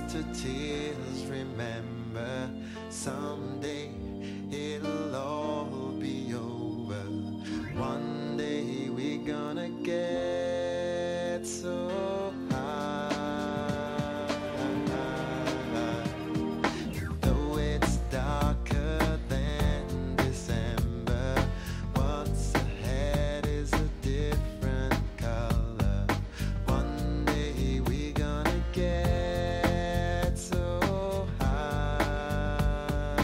to tears, remember someday it'll all be over. One day we're gonna get so high. Though it's darker than December, what's ahead is a different color. One day we're gonna get so high.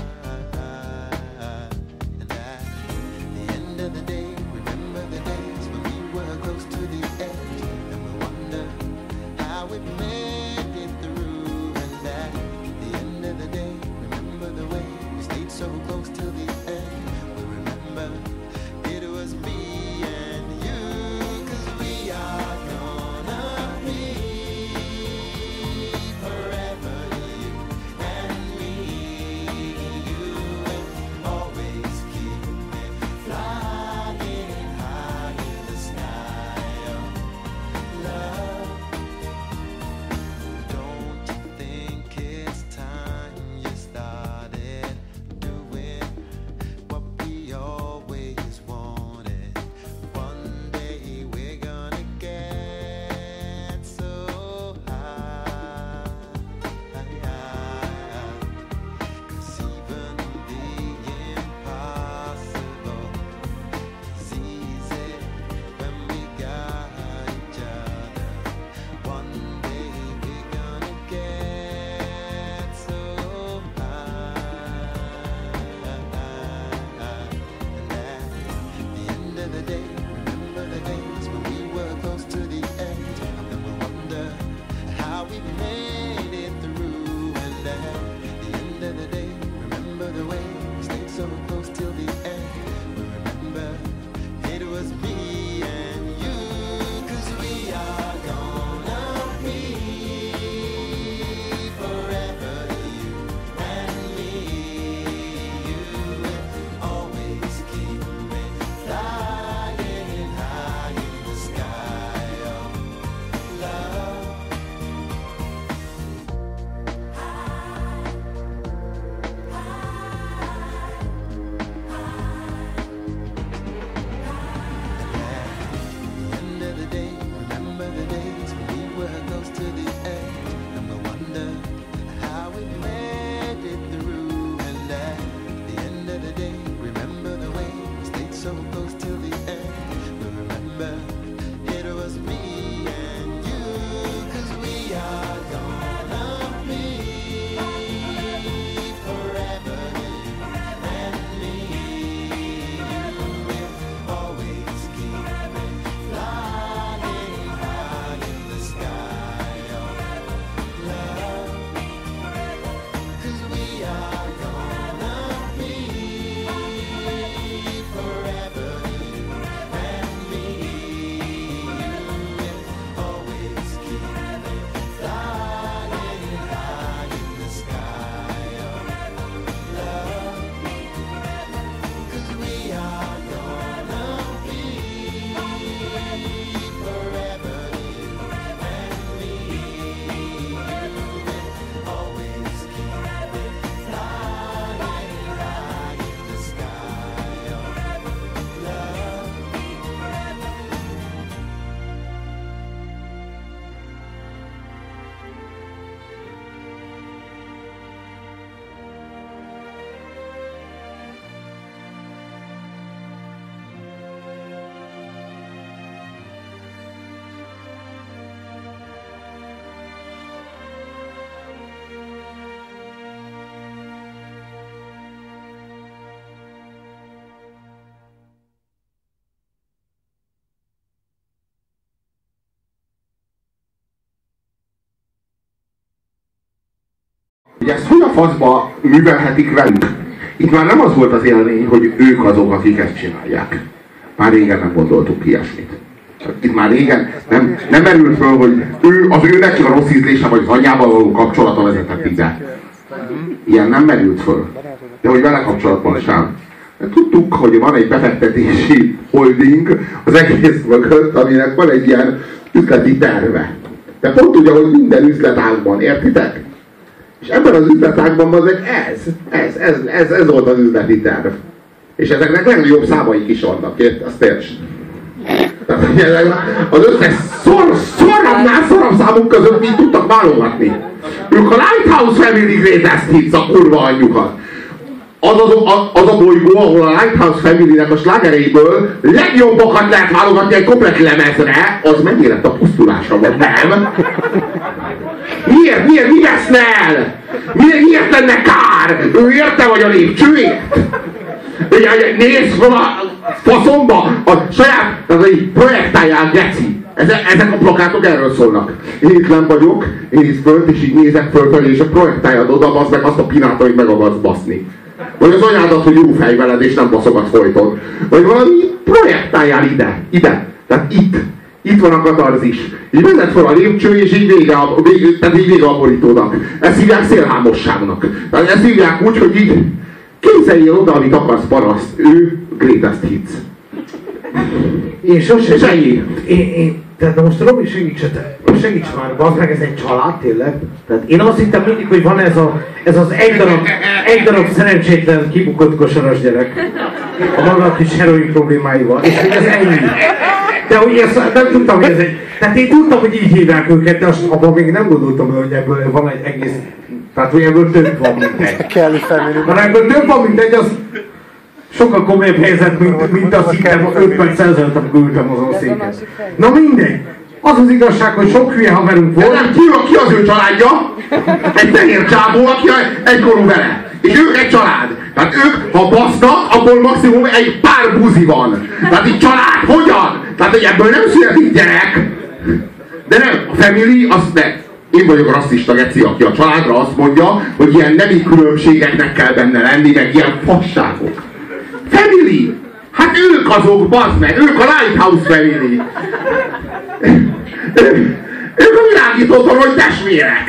And at the end of the day, remember the days when we were close to the edge, and we wonder how we made it through. And at the end of the day, remember the way we stayed so close till the end. We remember it was me and you, 'cause we are gonna be forever, you and me. You will always keep me flying high in the sky of love. Don't you think it's time you started doing what we always wanted? One day we're gonna get so high. 'Cause even the impossible is easy when we got each other. One day we're gonna get so high. And at the end of the day, remember the days when we were close to the edge, and we wonder how we made it through. And at the end of the day, remember the way we stayed so close till the end. We remember it was me and you, 'cause we are gonna be forever, you and me. You will always keep me flying high in the sky of love. End of the day, remember the days when we were close to the edge, and we wonder how we made it through. And at the end of the day, remember the way we stayed so close till the end. We remember it was me and you, 'cause we are gonna be forever, you and me. You will always keep me flying high in the sky of love. 'Cause we are gonna be forever, you and me. You will always keep me flying high in the sky of love. 'Cause we are gonna be forever, you and me. You will always keep me flying high in the sky of love. Ugye ezt hogy a faszba művelhetik velük? Itt már nem az volt az élmény, hogy ők azok, akik ezt csinálják. Már régen nem gondoltunk ilyesmit. Itt már régen nem merült föl, hogy az őnek csak a rossz ízlése, vagy az anyjával való kapcsolata vezetett ide. Ilyen nem merült föl. De hogy vele kapcsolatban sem. Tudtuk, hogy van egy befektetési holding az egész mögött, aminek van egy ilyen üzleti terve. De pont ugye, hogy minden üzletágban, értitek? És ebben az üzletágban ez volt az üzleti terv. És ezeknek legnagyobb számaik is vannak, azt értsd. Az összes szorabb számunk között mit tudtak válogatni. Ők a Lighthouse Family Greatest Hits, a kurva anyjukat. Az a bolygó, ahol a Lighthouse Family-nek a slágereiből legjobbakat lehet válogatni egy komplet lemezre, az mennyi lett a pusztulásra volt, nem? Miért? Mi veszne el? Miért lenne kár? Ő érte vagy a lépcsőért? Nézd fel a faszomba! A saját, tehát így projektáljál, geci! Ezek a plakátok erről szólnak. Én itt lent vagyok, én itt fönt, és így nézek fölfelé, és a projektáljad oda, bazd meg azt a pinátot, hogy meg akarsz baszni. Vagy az anyádat, hogy jó fej veled, és nem baszogat folyton. Vagy valami projektáljál ide. Tehát itt van a katarzis. Így vezet fel a lépcső, és így vége a borítónak. Ezt hívják szélhámosságnak. Tehát ezt hívják úgy, hogy így képzeljél oda, amit akarsz, paraszt. Ő Greatest Hits. Én sosem... És ennyi. Tehát most Robi, segíts már, bazd meg, ez egy család tényleg. Tehát én azt hittem mindig, hogy van ez az egy darab szerencsétlen kibukott kosaras gyerek. A maga kis heroin problémáival. És hogy ez ennyi. De hogy ezt nem tudtam, hogy ez egy... Tehát én tudtam, hogy így hívják őket, de abban még nem gondoltam, hogy ebből van egy egész... Tehát hogy ebből több van, mint egy. Kelly Family. Ha ebből több van, mint egy, az sokkal komolyabb helyzet, mint azt hittem 5 perc ezelőtt, amikor ültem azon a széken. Na mindegy. Az az igazság, hogy sok hülye haverunk volt. Nem, ki az ő családja? Egy fehér csábó, aki egykorú vele. És ők egy család. Tehát ők, ha basznak, abból maximum egy pár buzi van. Tehát így család, hogyan? Tehát hogy ebből nem születik gyerek. De nem, a family, az ne. Én vagyok rasszista geci, aki a családra azt mondja, hogy ilyen nemi különbségeknek kell benne lenni, meg ilyen fasságok. Family! Hát ők azok, bazd meg, ők a Lighthouse Family. Ők a világító torony testvérek.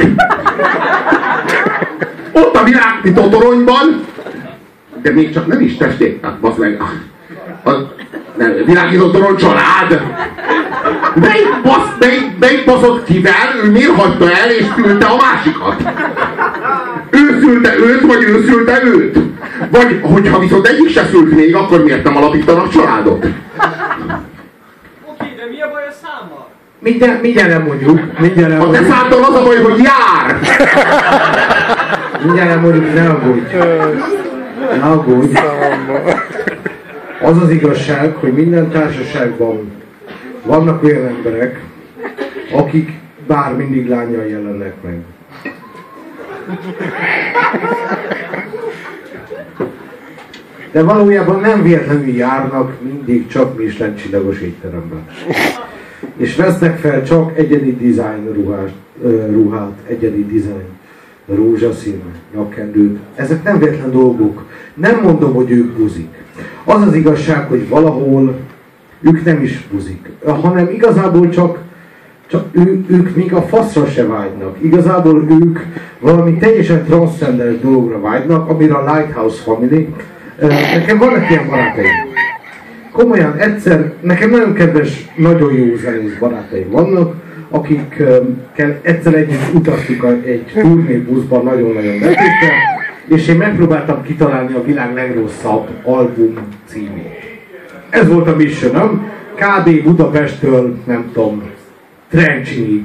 Ott a világító toronyban, de még csak nem is testvér, hát bazd meg, a világító torony család. Melyik baszott kivel, ő miért hagyta el és szülte a másikat? Ő szülte őt, vagy ő szülte őt? Vagy, hogyha viszont egyik se szült még, akkor miért nem alapítanak családot? Oké, de mi a baj a számmal? Mindjárt nem mondjuk. A te számtól az a baj, hogy jár! Mindjárt nem mondjuk, ne aggódj. Az az igazság, hogy minden társaságban vannak olyan emberek, akik bár mindig lányjal jelennek meg. De valójában nem véletlenül járnak mindig csak Michelin csillagos étteremben. És vesznek fel csak egyedi design ruhát, egyedi design rózsaszín nyakkendőt. Ezek nem véletlen dolgok. Nem mondom, hogy ők buzik. Az az igazság, hogy valahol ők nem is buzik, hanem igazából csak ők még a faszra se vágynak. Igazából ők valami teljesen transzcendens dologra vágynak, amire a Lighthouse Family. Nekem vannak ilyen barátaim. Komolyan egyszer, nekem nagyon kedves, nagyon jó zenész barátaim vannak, akikkel egyszer együtt utaztuk egy turnébuszban nagyon-nagyon betépve, és én megpróbáltam kitalálni a világ legrosszabb album címét. Ez volt a missionom, kb. Budapesttől, nem tudom, Trencsinig.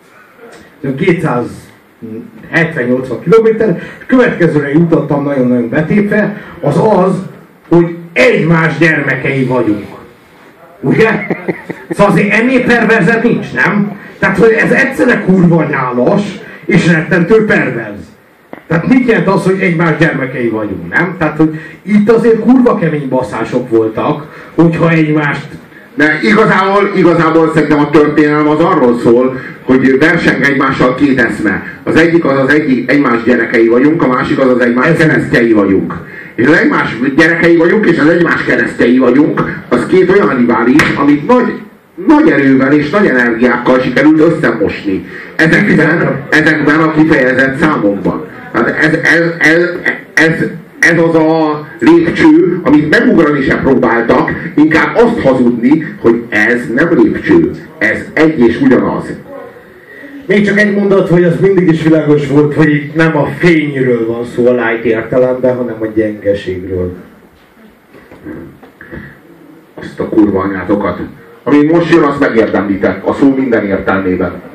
270-80 kilométer, és következőre jutottam nagyon-nagyon betépve, az, hogy egymás gyermekei vagyunk. Ugye? Szóval azért ennél perverzebb nincs, nem? Tehát, hogy ez egyszerre kurva nyálas, és rettentő perverz. Tehát mit jelent az, hogy egymás gyermekei vagyunk, nem? Tehát, hogy itt azért kurva kemény baszások voltak, hogyha egymást... De igazából szerintem a történelem az arról szól, hogy verseng egymással két eszme. Az egyik egymás gyerekei vagyunk, a másik az egymás keresztjei vagyunk. És az egymás gyerekei vagyunk, és az egymás keresztjei vagyunk, az két olyan rivális, amit nagy erővel és nagy energiákkal sikerült összemosni. Ezekben a kifejezett számokban. Ez az a lépcső, amit megugrani se próbáltak, inkább azt hazudni, hogy ez nem lépcső, ez egy és ugyanaz. Még csak egy mondat, hogy az mindig is világos volt, hogy itt nem a fényről van szó a light értelemben, hanem a gyengeségről. Azt a kurva anyátokat. Ami most jön, azt megérdemlitek, a szó minden értelmében.